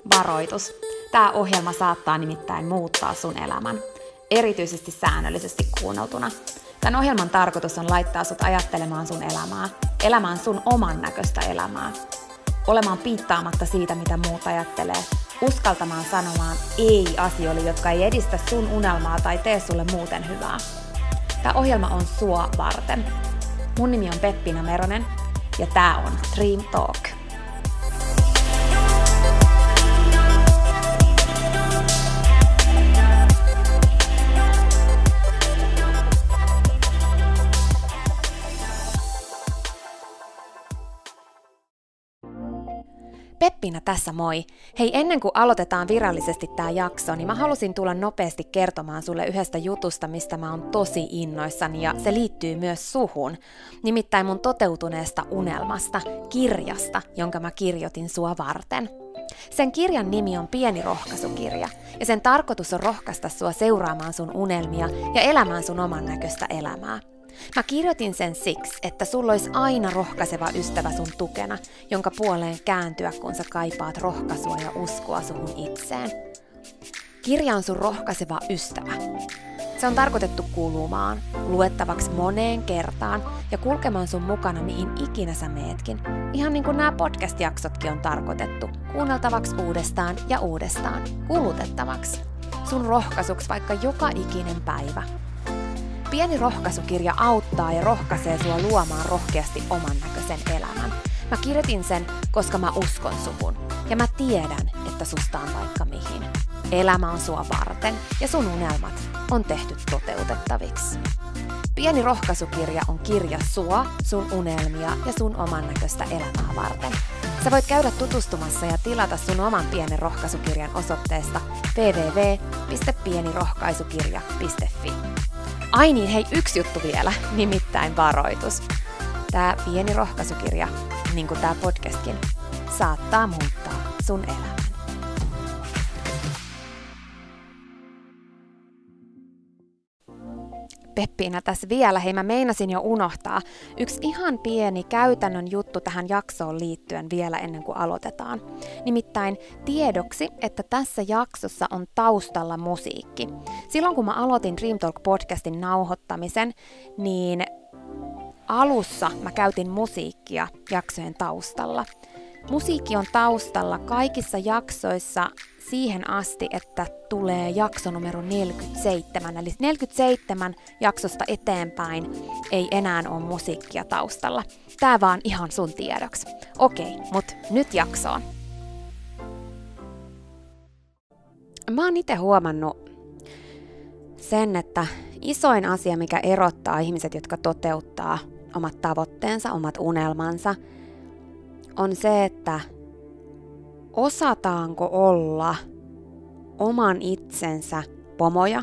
Varoitus. Tämä ohjelma saattaa nimittäin muuttaa sun elämän, erityisesti säännöllisesti kuunneltuna. Tämän ohjelman tarkoitus on laittaa sut ajattelemaan sun elämää, elämään sun oman näköistä elämää, olemaan piittaamatta siitä, mitä muut ajattelee, uskaltamaan sanomaan ei asioille, jotka ei edistä sun unelmaa tai tee sulle muuten hyvää. Tämä ohjelma on sua varten. Mun nimi on Peppina Meronen ja tää on Dream Talk. Peppina tässä moi! Hei, ennen kuin aloitetaan virallisesti tää jakso, niin mä halusin tulla nopeasti kertomaan sulle yhdestä jutusta, mistä mä oon tosi innoissani ja se liittyy myös suhun. Nimittäin mun toteutuneesta unelmasta, kirjasta, jonka mä kirjoitin sua varten. Sen kirjan nimi on Pieni rohkaisukirja ja sen tarkoitus on rohkaista sua seuraamaan sun unelmia ja elämään sun oman näköistä elämää. Mä kirjoitin sen siksi, että sulla olisi aina rohkaiseva ystävä sun tukena, jonka puoleen kääntyä, kun sä kaipaat rohkaisua ja uskoa suhun itseen. Kirja on sun rohkaiseva ystävä. Se on tarkoitettu kuulumaan, luettavaksi moneen kertaan ja kulkemaan sun mukana mihin ikinä sä meetkin. Ihan niin kuin nämä podcast-jaksotkin on tarkoitettu, kuunneltavaksi uudestaan ja uudestaan, kulutettavaksi. Sun rohkaisuksi vaikka joka ikinen päivä. Pieni rohkaisukirja auttaa ja rohkaisee sua luomaan rohkeasti oman näköisen elämän. Mä kirjoitin sen, koska mä uskon suhun. Ja mä tiedän, että susta on vaikka mihin. Elämä on sua varten ja sun unelmat on tehty toteutettaviksi. Pieni rohkaisukirja on kirja sua, sun unelmia ja sun oman näköistä elämää varten. Sä voit käydä tutustumassa ja tilata sun oman pienen rohkaisukirjan osoitteesta www.pienirohkaisukirja.fi. Ai niin, hei, yksi juttu vielä, nimittäin varoitus. Tää pieni rohkaisukirja, niin kuin tää podcastkin, saattaa muuttaa sun elämän. Peppiina tässä vielä, hei mä meinasin jo unohtaa. Yksi ihan pieni käytännön juttu tähän jaksoon liittyen vielä ennen kuin aloitetaan. Nimittäin tiedoksi, että tässä jaksossa on taustalla musiikki. Silloin kun mä aloitin Dream Talk podcastin nauhoittamisen, niin alussa mä käytin musiikkia jaksojen taustalla. Musiikki on taustalla kaikissa jaksoissa siihen asti, että tulee jakso numero 47. Eli 47 jaksosta eteenpäin ei enää ole musiikkia taustalla. Tää vaan ihan sun tiedoksi. Okei, mut nyt jaksoon. Mä oon itse huomannut sen, että isoin asia, mikä erottaa ihmiset, jotka toteuttaa omat tavoitteensa, omat unelmansa, on se, että osataanko olla oman itsensä pomoja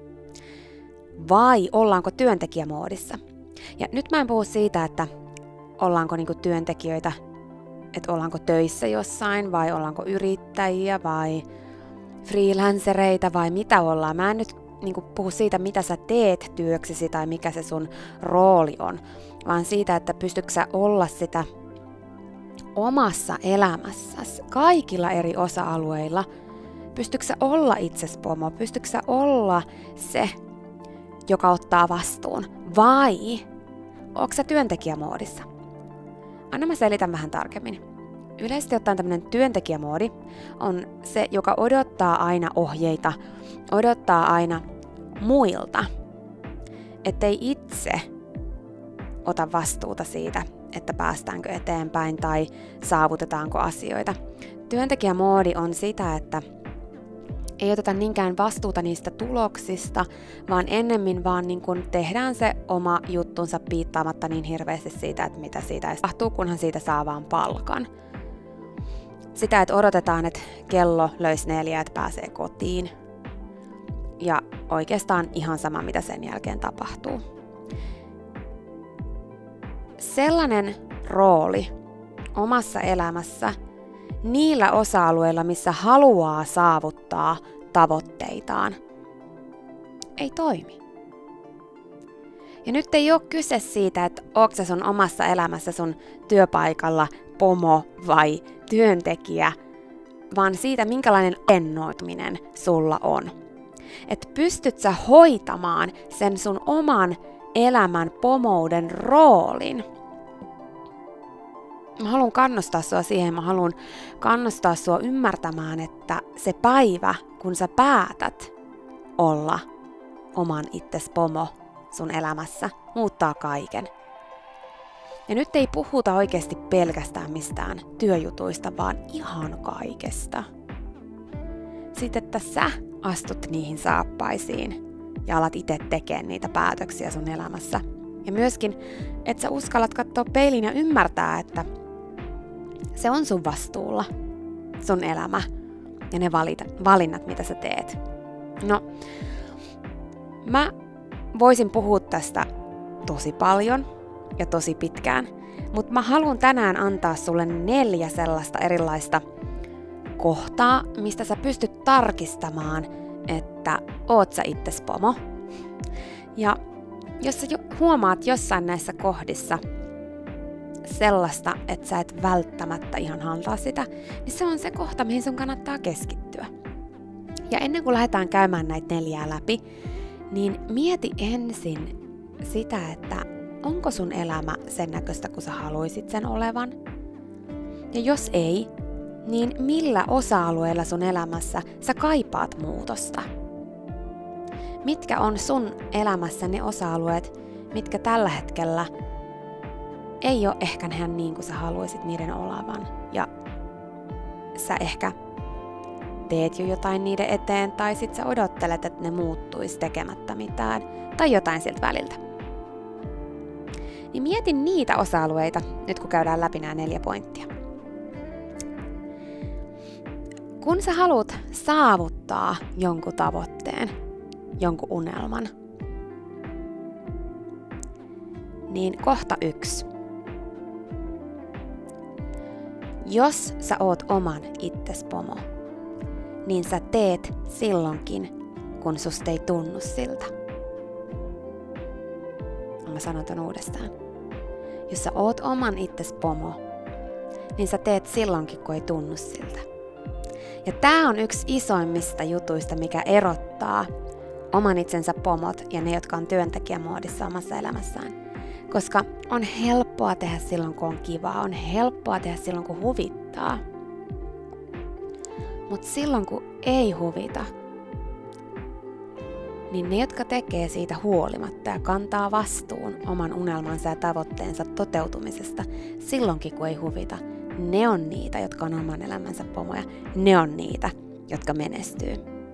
vai ollaanko työntekijämoodissa. Ja nyt mä en puhu siitä, että ollaanko niinku työntekijöitä, että ollaanko töissä jossain vai ollaanko yrittäjiä vai freelancereita vai mitä ollaan. Mä en nyt niinku puhu siitä, mitä sä teet työksesi tai mikä se sun rooli on, vaan siitä, että pystytkö sä olla sitä omassa elämässäsi, kaikilla eri osa-alueilla, pystytkö sä olla itses pomo, pystytkö sä olla se, joka ottaa vastuun, vai onko sä työntekijämoodissa? Anna mä selitän vähän tarkemmin. Yleisesti ottaen tämmönen työntekijämoodi on se, joka odottaa aina ohjeita, odottaa aina muilta, ettei itse ota vastuuta siitä, että päästäänkö eteenpäin tai saavutetaanko asioita. Työntekijämoodi on sitä, että ei oteta niinkään vastuuta niistä tuloksista, vaan ennemmin vaan niin kun tehdään se oma juttunsa piittaamatta niin hirveästi siitä, että mitä siitä tapahtuu, kunhan siitä saa vaan palkan. Sitä, että odotetaan, että kello löisi 4, että pääsee kotiin. Ja oikeastaan ihan sama, mitä sen jälkeen tapahtuu. Sellainen rooli omassa elämässä niillä osa-alueilla, missä haluaa saavuttaa tavoitteitaan, ei toimi. Ja nyt ei ole kyse siitä, että onko se sun omassa elämässä sun työpaikalla pomo vai työntekijä, vaan siitä, minkälainen asennoituminen sulla on. Että pystyt sä hoitamaan sen sun oman elämän pomouden roolin. Mä haluan kannustaa sua siihen, mä haluan kannustaa sua ymmärtämään, että se päivä, kun sä päätät olla oman itses pomo sun elämässä, muuttaa kaiken. Ja nyt ei puhuta oikeasti pelkästään mistään työjutuista, vaan ihan kaikesta. Sitten, että sä astut niihin saappaisiin ja alat itse tekemään niitä päätöksiä sun elämässä. Ja myöskin, että sä uskallat katsoa peiliin ja ymmärtää, että se on sun vastuulla, sun elämä ja ne valinnat, mitä sä teet. No, mä voisin puhua tästä tosi paljon ja tosi pitkään, mutta mä haluan tänään antaa sulle 4 sellaista erilaista kohtaa, mistä sä pystyt tarkistamaan, että oot sä itses pomo. Ja jos sä huomaat jossain näissä kohdissa sellaista, että sä et välttämättä ihan haltaa sitä, niin se on se kohta, mihin sun kannattaa keskittyä. Ja ennen kuin lähdetään käymään näitä 4 läpi, niin mieti ensin sitä, että onko sun elämä sen näköistä, kun sä haluisit sen olevan? Ja jos ei, niin millä osa-alueilla sun elämässä sä kaipaat muutosta? Mitkä on sun elämässä ne osa-alueet, mitkä tällä hetkellä ei ole ehkä niin kuin sä haluaisit niiden olevan? Ja sä ehkä teet jo jotain niiden eteen, tai sit sä odottelet, että ne muuttuisi tekemättä mitään, tai jotain siltä väliltä. Niin mietin niitä osa-alueita, nyt kun käydään läpi nämä 4 pointtia. Kun sä haluat saavuttaa jonkun tavoitteen, jonkun unelman, niin kohta 1. Jos sä oot oman itses pomo, niin sä teet silloinkin, kun susta ei tunnu siltä. Mä sanon tän uudestaan. Jos sä oot oman itses pomo, niin sä teet silloinkin, kun ei tunnu siltä. Ja tää on yksi isoimmista jutuista, mikä erottaa oman itsensä pomot ja ne, jotka on työntekijämoodissa omassa elämässään. Koska on helppoa tehdä silloin, kun on kivaa, on helppoa tehdä silloin, kun huvittaa. Mutta silloin, kun ei huvita, niin ne, jotka tekee siitä huolimatta ja kantaa vastuun oman unelmansa ja tavoitteensa toteutumisesta silloinkin, kun ei huvita, ne on niitä, jotka on oman elämänsä pomoja. Ne on niitä, jotka menestyy.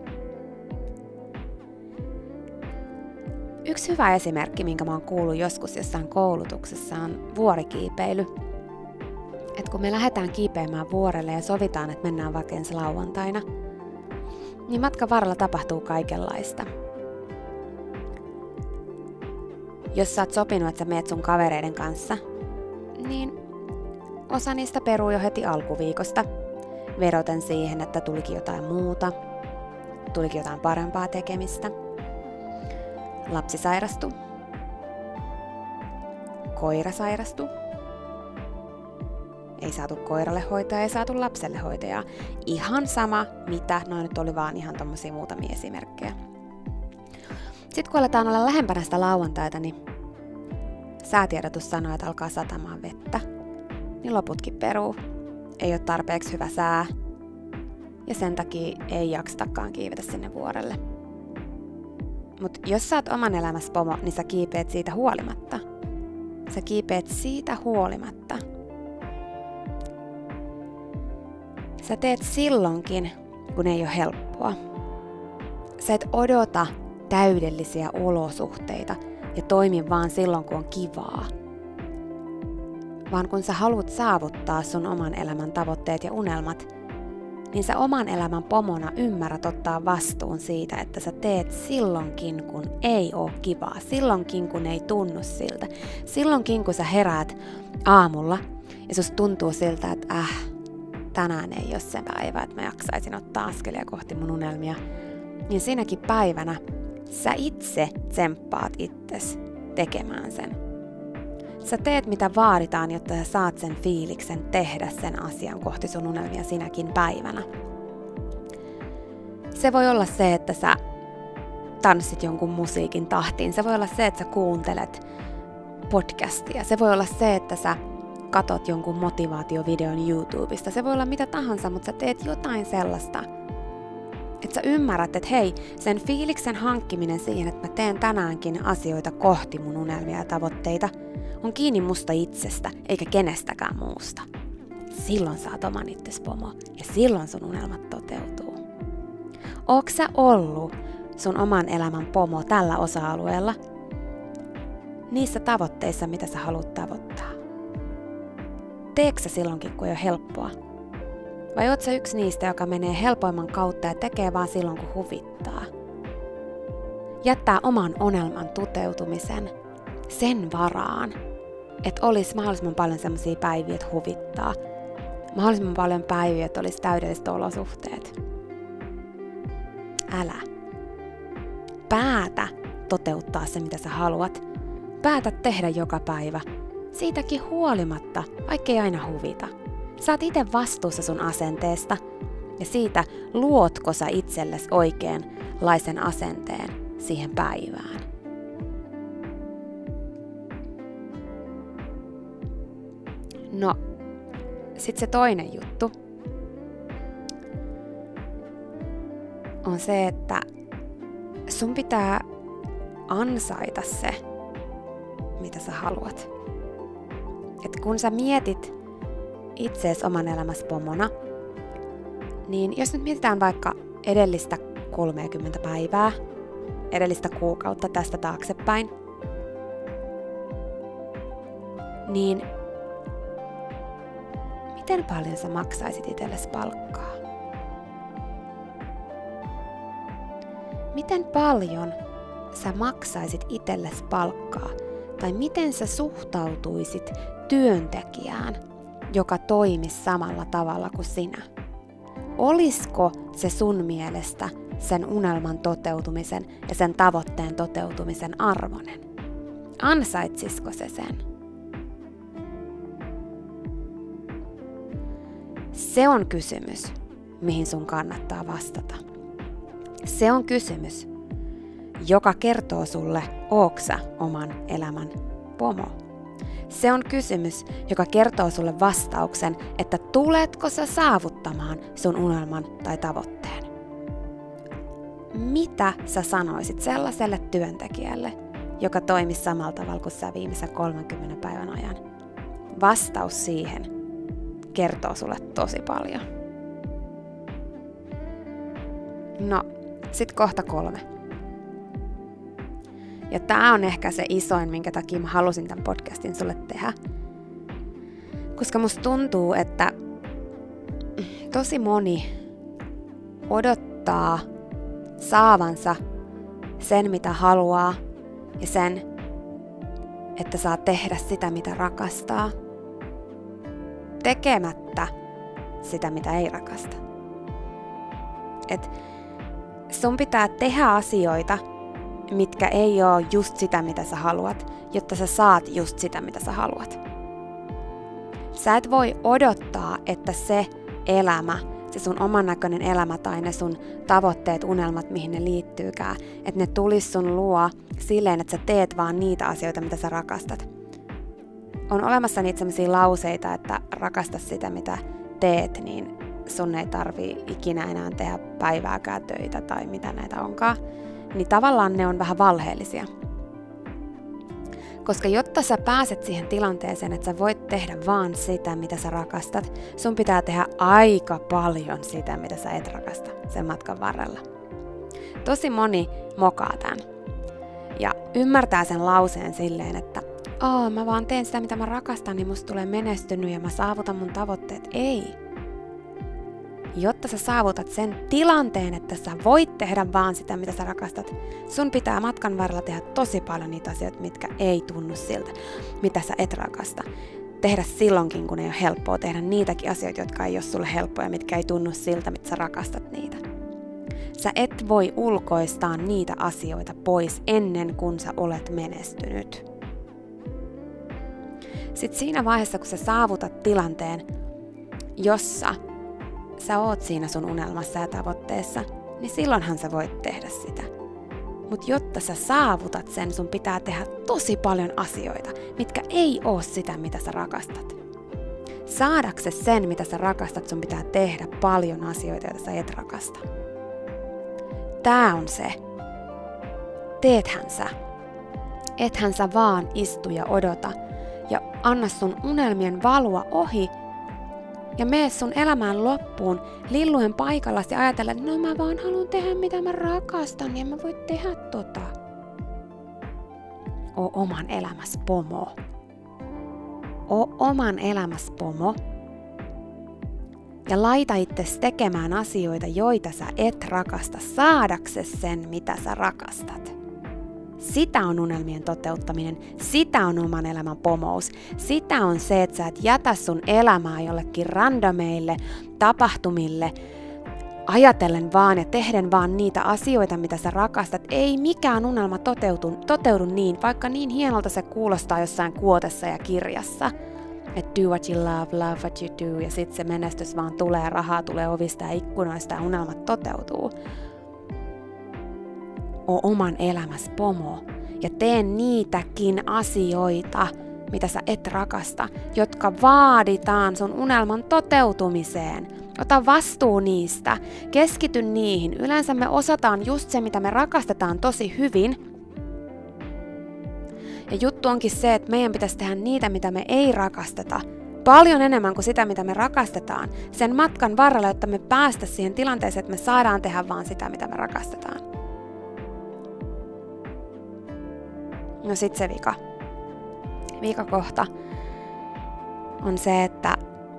Yksi hyvä esimerkki, minkä mä oon kuullut joskus jossain koulutuksessa, on vuorikiipeily. Et kun me lähdetään kiipeämään vuorelle ja sovitaan, että mennään vaikka ensi lauantaina, niin matkan varrella tapahtuu kaikenlaista. Jos sä oot sopinut, että sä meet sun kavereiden kanssa, niin osa niistä peruu jo heti alkuviikosta, vedoten siihen, että tulikin jotain muuta, tulikin jotain parempaa tekemistä. Lapsi sairastui, koira sairastui, ei saatu koiralle hoitajaa, ei saatu lapselle hoitajaa. Ihan sama mitä, noin nyt oli vaan ihan tommosia muutamia esimerkkejä. Sitten kun aletaan olla lähempänä sitä lauantaita, niin säätiedotus sanoo, että alkaa satamaan vettä. Niin loputkin peruu. Ei ole tarpeeksi hyvä sää. Ja sen takia ei jaksetakaan kiivetä sinne vuorelle. Mutta jos sä oot oman elämässä pomo, niin sä kiipeät siitä huolimatta. Sä kiipeät siitä huolimatta. Sä teet silloinkin, kun ei ole helppoa. Sä et odota täydellisiä olosuhteita ja toimi vaan silloin, kun on kivaa. Vaan kun sä haluat saavuttaa sun oman elämän tavoitteet ja unelmat, niin sä oman elämän pomona ymmärrät ottaa vastuun siitä, että sä teet silloinkin, kun ei oo kivaa. Silloinkin, kun ei tunnu siltä. Silloinkin, kun sä heräät aamulla ja susta tuntuu siltä, että tänään ei ole se päivä, että mä jaksaisin ottaa askelia kohti mun unelmia. Niin siinäkin päivänä sä itse tsemppaat itses tekemään sen. Sä teet mitä vaaditaan, jotta sä saat sen fiiliksen tehdä sen asian kohti sun unelmia sinäkin päivänä. Se voi olla se, että sä tanssit jonkun musiikin tahtiin. Se voi olla se, että sä kuuntelet podcastia. Se voi olla se, että sä katot jonkun motivaatiovideon YouTubesta. Se voi olla mitä tahansa, mutta sä teet jotain sellaista, että sä ymmärrät, että hei, sen fiiliksen hankkiminen siihen, että mä teen tänäänkin asioita kohti mun unelmia ja tavoitteita, on kiinni musta itsestä, eikä kenestäkään muusta. Silloin sä oot oman itses pomo, ja silloin sun unelmat toteutuu. Ootko sä ollut sun oman elämän pomo tällä osa-alueella? Niissä tavoitteissa, mitä sä haluat tavoittaa. Teekö sä silloinkin, kun ei ole helppoa? Vai oot sä yksi niistä, joka menee helpoimman kautta ja tekee vaan silloin, kun huvittaa? Jättää oman unelman toteutumisen sen varaan, että olisi mahdollisimman paljon sellaisia päiviä, että huvittaa. Mahdollisimman paljon päiviä, että olisi täydelliset olosuhteet. Älä. Päätä toteuttaa se, mitä sä haluat. Päätä tehdä joka päivä. Siitäkin huolimatta, vaikkei aina huvita. Sä oot itse vastuussa sun asenteesta ja siitä, luotko sä itsellesi oikeanlaisen asenteen siihen päivään. No, sit se toinen juttu on se, että sun pitää ansaita se, mitä sä haluat. Et kun sä mietit itseesi oman elämässä pomona, niin jos nyt mietitään vaikka edellistä 30 päivää, edellistä kuukautta tästä taaksepäin, niin miten paljon sä maksaisit itsellesi palkkaa? Miten paljon sä maksaisit itsellesi palkkaa? Tai miten sä suhtautuisit työntekijään, joka toimisi samalla tavalla kuin sinä? Olisiko se sun mielestä sen unelman toteutumisen ja sen tavoitteen toteutumisen arvoinen? Ansaitsisiko se sen? Se on kysymys, mihin sun kannattaa vastata. Se on kysymys, joka kertoo sulle, ootko sä oman elämän pomo. Se on kysymys, joka kertoo sulle vastauksen, että tuletko sä saavuttamaan sun unelman tai tavoitteen. Mitä sä sanoisit sellaiselle työntekijälle, joka toimisi samalla tavalla kuin sä viimeisen 30 päivän ajan? Vastaus siihen kertoo sulle tosi paljon. No, sit kohta 3. Ja tää on ehkä se isoin, minkä takia mä halusin tämän podcastin sulle tehdä. Koska musta tuntuu, että tosi moni odottaa saavansa sen, mitä haluaa, ja sen, että saa tehdä sitä, mitä rakastaa, tekemättä sitä, mitä ei rakasta. Et sun pitää tehdä asioita, mitkä ei ole just sitä, mitä sä haluat, jotta sä saat just sitä, mitä sä haluat. Sä et voi odottaa, että se elämä, se sun oman näköinen elämä tai ne sun tavoitteet, unelmat, mihin ne liittyykään, että ne tulis sun luo silleen, että sä teet vaan niitä asioita, mitä sä rakastat. On olemassa niitä sellaisia lauseita, että rakasta sitä, mitä teet, niin sun ei tarvii ikinä enää tehdä päivääkään töitä tai mitä näitä onkaan. Niin tavallaan ne on vähän valheellisia. Koska jotta sä pääset siihen tilanteeseen, että sä voit tehdä vaan sitä, mitä sä rakastat, sun pitää tehdä aika paljon sitä, mitä sä et rakasta sen matkan varrella. Tosi moni mokaa tän. Ja ymmärtää sen lauseen silleen, että mä vaan teen sitä, mitä mä rakastan, niin musta tulee menestynyt ja mä saavutan mun tavoitteet. Ei. Jotta sä saavutat sen tilanteen, että sä voit tehdä vaan sitä, mitä sä rakastat, sun pitää matkan varrella tehdä tosi paljon niitä asioita, mitkä ei tunnu siltä, mitä sä et rakasta. Tehdä silloinkin, kun ei ole helppoa, tehdä niitäkin asioita, jotka ei ole sulle helppoja, mitkä ei tunnu siltä, mitä sä rakastat niitä. Sä et voi ulkoistaa niitä asioita pois ennen kuin sä olet menestynyt. Sitten siinä vaiheessa, kun sä saavutat tilanteen, jossa sä oot siinä sun unelmassa ja tavoitteessa, niin silloinhan sä voit tehdä sitä. Mutta jotta sä saavutat sen, sun pitää tehdä tosi paljon asioita, mitkä ei oo sitä, mitä sä rakastat. Saadaksesi sen, mitä sä rakastat, sun pitää tehdä paljon asioita, joita sä et rakasta. Tää on se. Teethän sä. Ethän sä vaan istu ja odota ja anna sun unelmien valua ohi ja mene sun elämään loppuun lilluen paikallas ja ajatella, että no mä vaan haluan tehdä mitä mä rakastan ja mä voin tehdä tota. Oo oman elämäs pomo. Oo oman elämäs pomo. Ja laita itses tekemään asioita, joita sä et rakasta, saadakses sen, mitä sä rakastat. Sitä on unelmien toteuttaminen, sitä on oman elämän pomous, sitä on se, että sä et jätä sun elämää jollekin randomeille tapahtumille, ajatellen vaan ja tehden vaan niitä asioita, mitä sä rakastat. Ei mikään unelma toteudu niin, vaikka niin hienolta se kuulostaa jossain kuotessa ja kirjassa. Että do what you love what you do, ja sit se menestys vaan tulee, rahaa tulee ovista ja ikkunoista ja unelmat toteutuu. Oo oman elämäs pomo ja tee niitäkin asioita, mitä sä et rakasta, jotka vaaditaan sun unelman toteutumiseen. Ota vastuu niistä, keskity niihin. Yleensä me osataan just se, mitä me rakastetaan tosi hyvin. Ja juttu onkin se, että meidän pitäisi tehdä niitä, mitä me ei rakasteta, paljon enemmän kuin sitä, mitä me rakastetaan, sen matkan varrella, jotta me päästä siihen tilanteeseen, että me saadaan tehdä vaan sitä, mitä me rakastetaan. No sit se vika. Vikakohta on se, että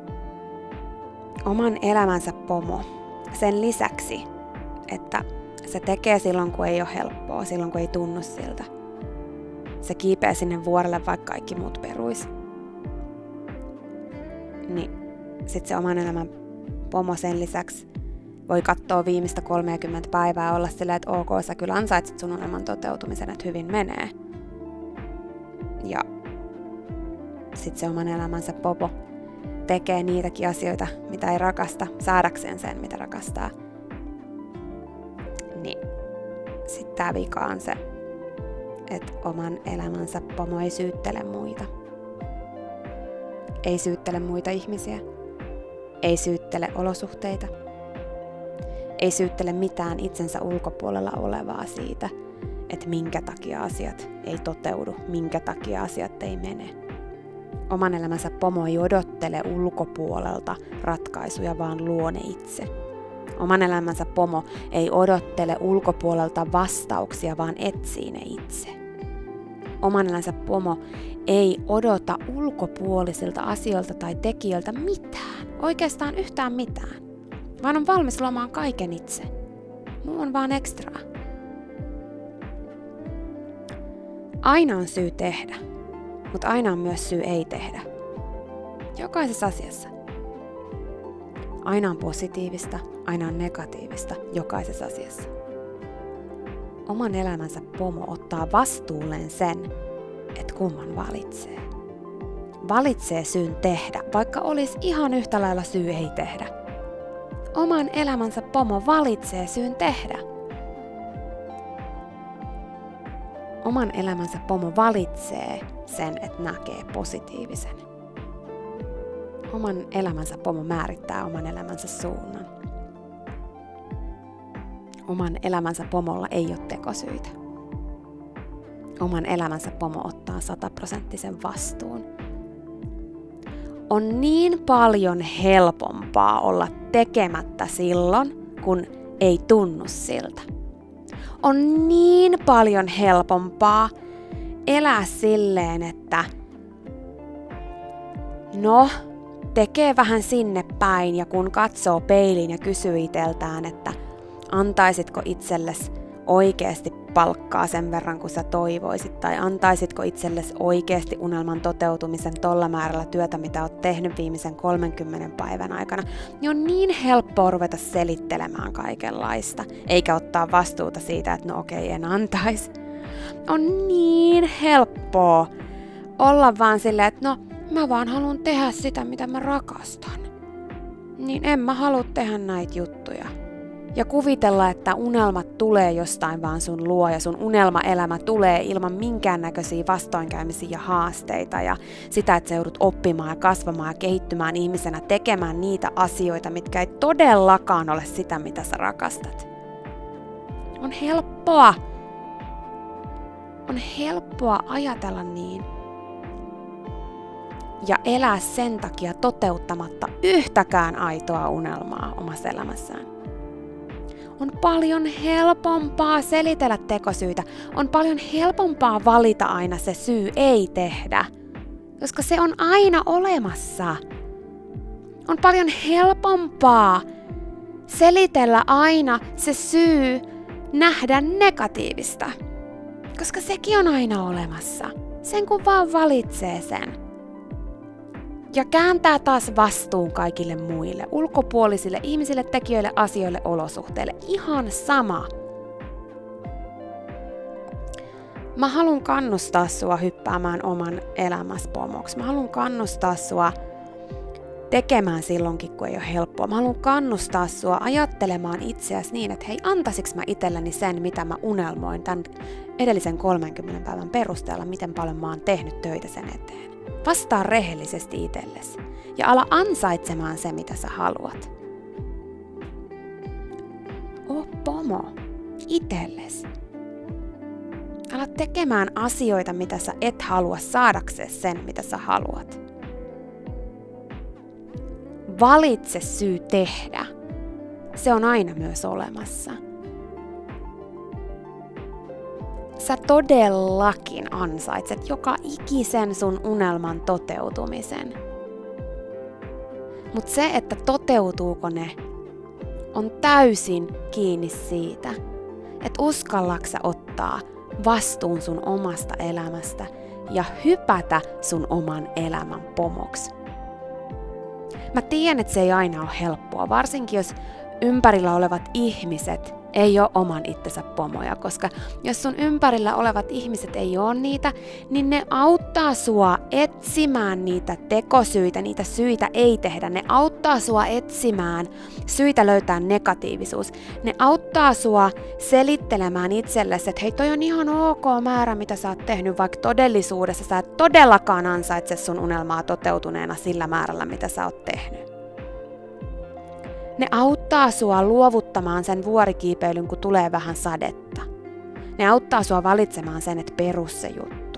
oman elämänsä pomo, sen lisäksi, että se tekee silloin, kun ei ole helppoa, silloin, kun ei tunnu siltä. Se kiipeää sinne vuorelle, vaikka kaikki muut peruis. Niin sit se oman elämän pomo sen lisäksi voi katsoa viimeistä 30 päivää olla silleen, että ok, sä kyllä ansaitset sun unelman toteutumisen, että hyvin menee. Ja sit se oman elämänsä popo tekee niitäkin asioita, mitä ei rakasta, saadakseen sen, mitä rakastaa. Niin sit tää vika on se, että oman elämänsä pomo ei syyttele muita. Ei syyttele muita ihmisiä. Ei syyttele olosuhteita. Ei syyttele mitään itsensä ulkopuolella olevaa siitä, että minkä takia asiat ei toteudu, minkä takia asiat ei mene. Oman elämänsä pomo ei odottele ulkopuolelta ratkaisuja, vaan luo ne itse. Oman elämänsä pomo ei odottele ulkopuolelta vastauksia, vaan etsii ne itse. Oman elämänsä pomo ei odota ulkopuolisilta asioilta tai tekijöiltä mitään, oikeastaan yhtään mitään, vaan on valmis luomaan kaiken itse. Muu on vaan ekstraa. Aina on syy tehdä, mutta aina on myös syy ei tehdä. Jokaisessa asiassa. Aina on positiivista, aina on negatiivista, jokaisessa asiassa. Oman elämänsä pomo ottaa vastuulleen sen, että kumman valitsee. Valitsee syyn tehdä, vaikka olisi ihan yhtä lailla syy ei tehdä. Oman elämänsä pomo valitsee syyn tehdä. Oman elämänsä pomo valitsee sen, että näkee positiivisen. Oman elämänsä pomo määrittää oman elämänsä suunnan. Oman elämänsä pomolla ei ole tekosyitä. Oman elämänsä pomo ottaa 100% vastuun. On niin paljon helpompaa olla tekemättä silloin, kun ei tunnu siltä. On niin paljon helpompaa elää silleen, että no, tekee vähän sinne päin ja kun katsoo peiliin ja kysyy itseltään, että antaisitko itsellesi oikeasti palkkaa sen verran, kun sä toivoisit, tai antaisitko itsellesi oikeasti unelman toteutumisen tolla määrällä työtä, mitä oot tehnyt viimeisen 30 päivän aikana, niin on niin helppoa ruveta selittelemään kaikenlaista, eikä ottaa vastuuta siitä, että no okei, en antaisi. On niin helppoa olla vaan silleen, että no mä vaan haluan tehdä sitä, mitä mä rakastan. Niin en mä halua tehdä näitä juttuja. Ja kuvitella, että unelmat tulee jostain vaan sun luo ja sun unelmaelämä tulee ilman minkäännäköisiä vastoinkäymisiä ja haasteita ja sitä, että sä joudut oppimaan ja kasvamaan ja kehittymään ihmisenä, tekemään niitä asioita, mitkä ei todellakaan ole sitä, mitä sä rakastat. On helppoa ajatella niin ja elää sen takia toteuttamatta yhtäkään aitoa unelmaa omassa elämässään. On paljon helpompaa selitellä tekosyitä. On paljon helpompaa valita aina se syy ei tehdä, koska se on aina olemassa. On paljon helpompaa selitellä aina se syy nähdä negatiivista, koska sekin on aina olemassa. Sen kun vaan valitsee sen. Ja kääntää taas vastuun kaikille muille, ulkopuolisille ihmisille, tekijöille, asioille, olosuhteille. Ihan sama. Mä haluan kannustaa sua hyppäämään oman elämäsi pomoksi. Mä haluan kannustaa sua tekemään silloinkin, kun ei ole helppoa. Mä haluan kannustaa sua ajattelemaan itseäsi niin, että hei, antaisinko mä itselleni sen, mitä mä unelmoin tämän edellisen 30 päivän perusteella, miten paljon mä oon tehnyt töitä sen eteen. Vastaa rehellisesti itsellesi ja ala ansaitsemaan se, mitä sä haluat. Oo pomo itsellesi. Ala tekemään asioita, mitä sä et halua saadaksesi sen, mitä sä haluat. Valitse syy tehdä. Se on aina myös olemassa. Sä todellakin ansaitset joka ikisen sun unelman toteutumisen. Mut se, että toteutuuko ne, on täysin kiinni siitä, että uskallatko ottaa vastuun sun omasta elämästä ja hypätä sun oman elämän pomoksi. Mä tiedän, että se ei aina ole helppoa, varsinkin jos ympärillä olevat ihmiset ei ole oman itsensä pomoja, koska jos sun ympärillä olevat ihmiset ei ole niitä, niin ne auttaa sua etsimään niitä tekosyitä, niitä syitä ei tehdä. Ne auttaa sua etsimään syitä löytää negatiivisuus. Ne auttaa sua selittelemään itsellesi, että hei, toi on ihan ok määrä, mitä sä oot tehnyt, vaikka todellisuudessa sä et todellakaan ansaitse sun unelmaa toteutuneena sillä määrällä, mitä sä oot tehnyt. Ne auttaa sua luovuttamaan sen vuorikiipeilyn, kun tulee vähän sadetta. Ne auttaa sua valitsemaan sen, että perus se juttu.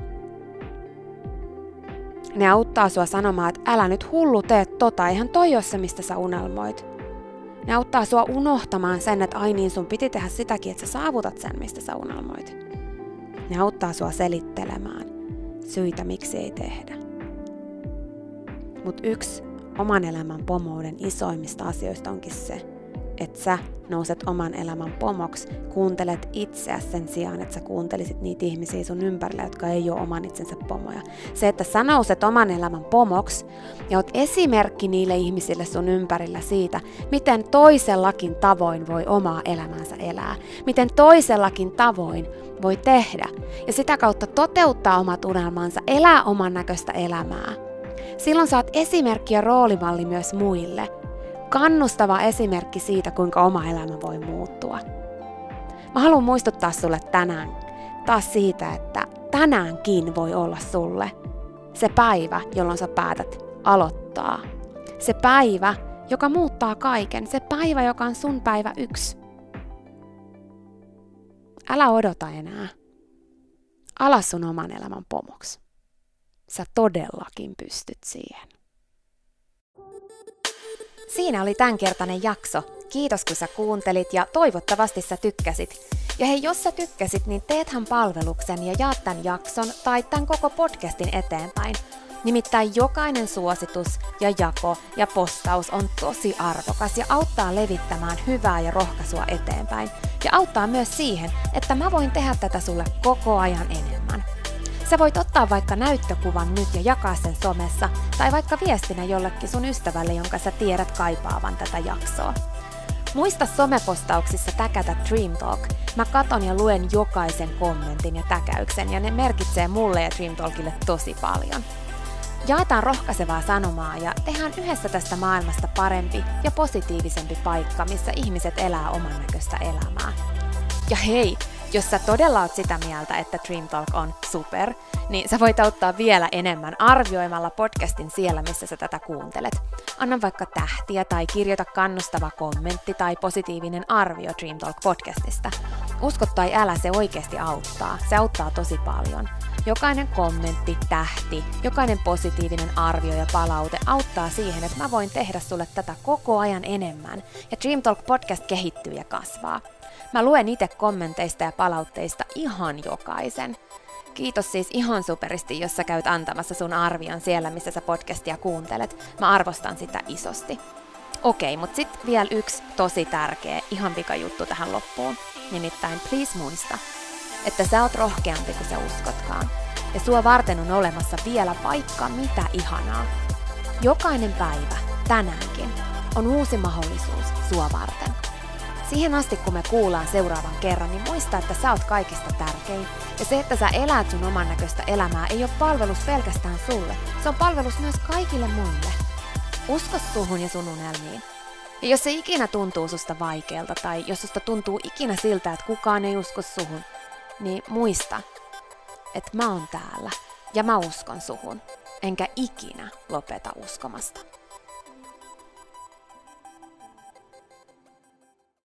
Ne auttaa sua sanomaan, että älä nyt hullu tee tota, eihän toi ole se, mistä sä unelmoit. Ne auttaa sua unohtamaan sen, että ai niin, sun piti tehdä sitäkin, että sä saavutat sen, mistä sä unelmoit. Ne auttaa sua selittelemään syitä, miksi ei tehdä. Mut yksi oman elämän pomouden isoimmista asioista onkin se, että sä nouset oman elämän pomoksi, kuuntelet itseäsi sen sijaan, että sä kuuntelisit niitä ihmisiä sun ympärillä, jotka ei ole oman itsensä pomoja. Se, että sä nouset oman elämän pomoksi ja oot esimerkki niille ihmisille sun ympärillä siitä, miten toisellakin tavoin voi omaa elämänsä elää, miten toisellakin tavoin voi tehdä ja sitä kautta toteuttaa omat unelmansa, elää oman näköistä elämää. Silloin sä oot esimerkki ja roolimalli myös muille. Kannustava esimerkki siitä, kuinka oma elämä voi muuttua. Mä haluan muistuttaa sulle tänään taas siitä, että tänäänkin voi olla sulle se päivä, jolloin sä päätät aloittaa. Se päivä, joka muuttaa kaiken. Se päivä, joka on sun päivä 1. Älä odota enää. Ala sun oman elämän pomoksi. Sä todellakin pystyt siihen. Siinä oli tämänkertainen jakso. Kiitos kun sä kuuntelit ja toivottavasti sä tykkäsit. Ja hei, jos sä tykkäsit, niin teethän palveluksen ja jaat tämän jakson tai tämän koko podcastin eteenpäin. Nimittäin jokainen suositus ja jako ja postaus on tosi arvokas ja auttaa levittämään hyvää ja rohkaisua eteenpäin. Ja auttaa myös siihen, että mä voin tehdä tätä sulle koko ajan enemmän. Sä voit ottaa vaikka näyttökuvan nyt ja jakaa sen somessa, tai vaikka viestinä jollekin sun ystävälle, jonka sä tiedät kaipaavan tätä jaksoa. Muista somepostauksissa täkätä Dream Talk. Mä katon ja luen jokaisen kommentin ja täkäyksen, ja ne merkitsee mulle ja Dream Talkille tosi paljon. Jaetaan rohkaisevaa sanomaa ja tehdään yhdessä tästä maailmasta parempi ja positiivisempi paikka, missä ihmiset elää oman näköistä elämää. Ja hei, jos sä todella oot sitä mieltä, että Dream Talk on super, niin sä voit auttaa vielä enemmän arvioimalla podcastin siellä, missä sä tätä kuuntelet. Anna vaikka tähtiä tai kirjoita kannustava kommentti tai positiivinen arvio Dream Talk podcastista. Usko tai älä, se oikeasti auttaa. Se auttaa tosi paljon. Jokainen kommentti, tähti, jokainen positiivinen arvio ja palaute auttaa siihen, että mä voin tehdä sulle tätä koko ajan enemmän. Ja Dream Talk podcast kehittyy ja kasvaa. Mä luen itse kommenteista ja palautteista ihan jokaisen. Kiitos siis ihan superisti, jos sä käyt antamassa sun arvion siellä, missä sä podcastia kuuntelet. Mä arvostan sitä isosti. Okei, mut sit vielä yksi tosi tärkeä, ihan pikajuttu tähän loppuun. Nimittäin please muista, että sä oot rohkeampi kuin sä uskotkaan. Ja sua varten on olemassa vielä vaikka mitä ihanaa. Jokainen päivä, tänäänkin, on uusi mahdollisuus sua varten. Siihen asti, kun me kuullaan seuraavan kerran, niin muista, että sä oot kaikista tärkein. Ja se, että sä elät sun oman näköistä elämää, ei ole palvelus pelkästään sulle. Se on palvelus myös kaikille muille. Usko suhun ja sun unelmiin. Ja jos se ikinä tuntuu susta vaikealta, tai jos susta tuntuu ikinä siltä, että kukaan ei usko suhun, niin muista, että mä oon täällä ja mä uskon suhun, enkä ikinä lopeta uskomasta.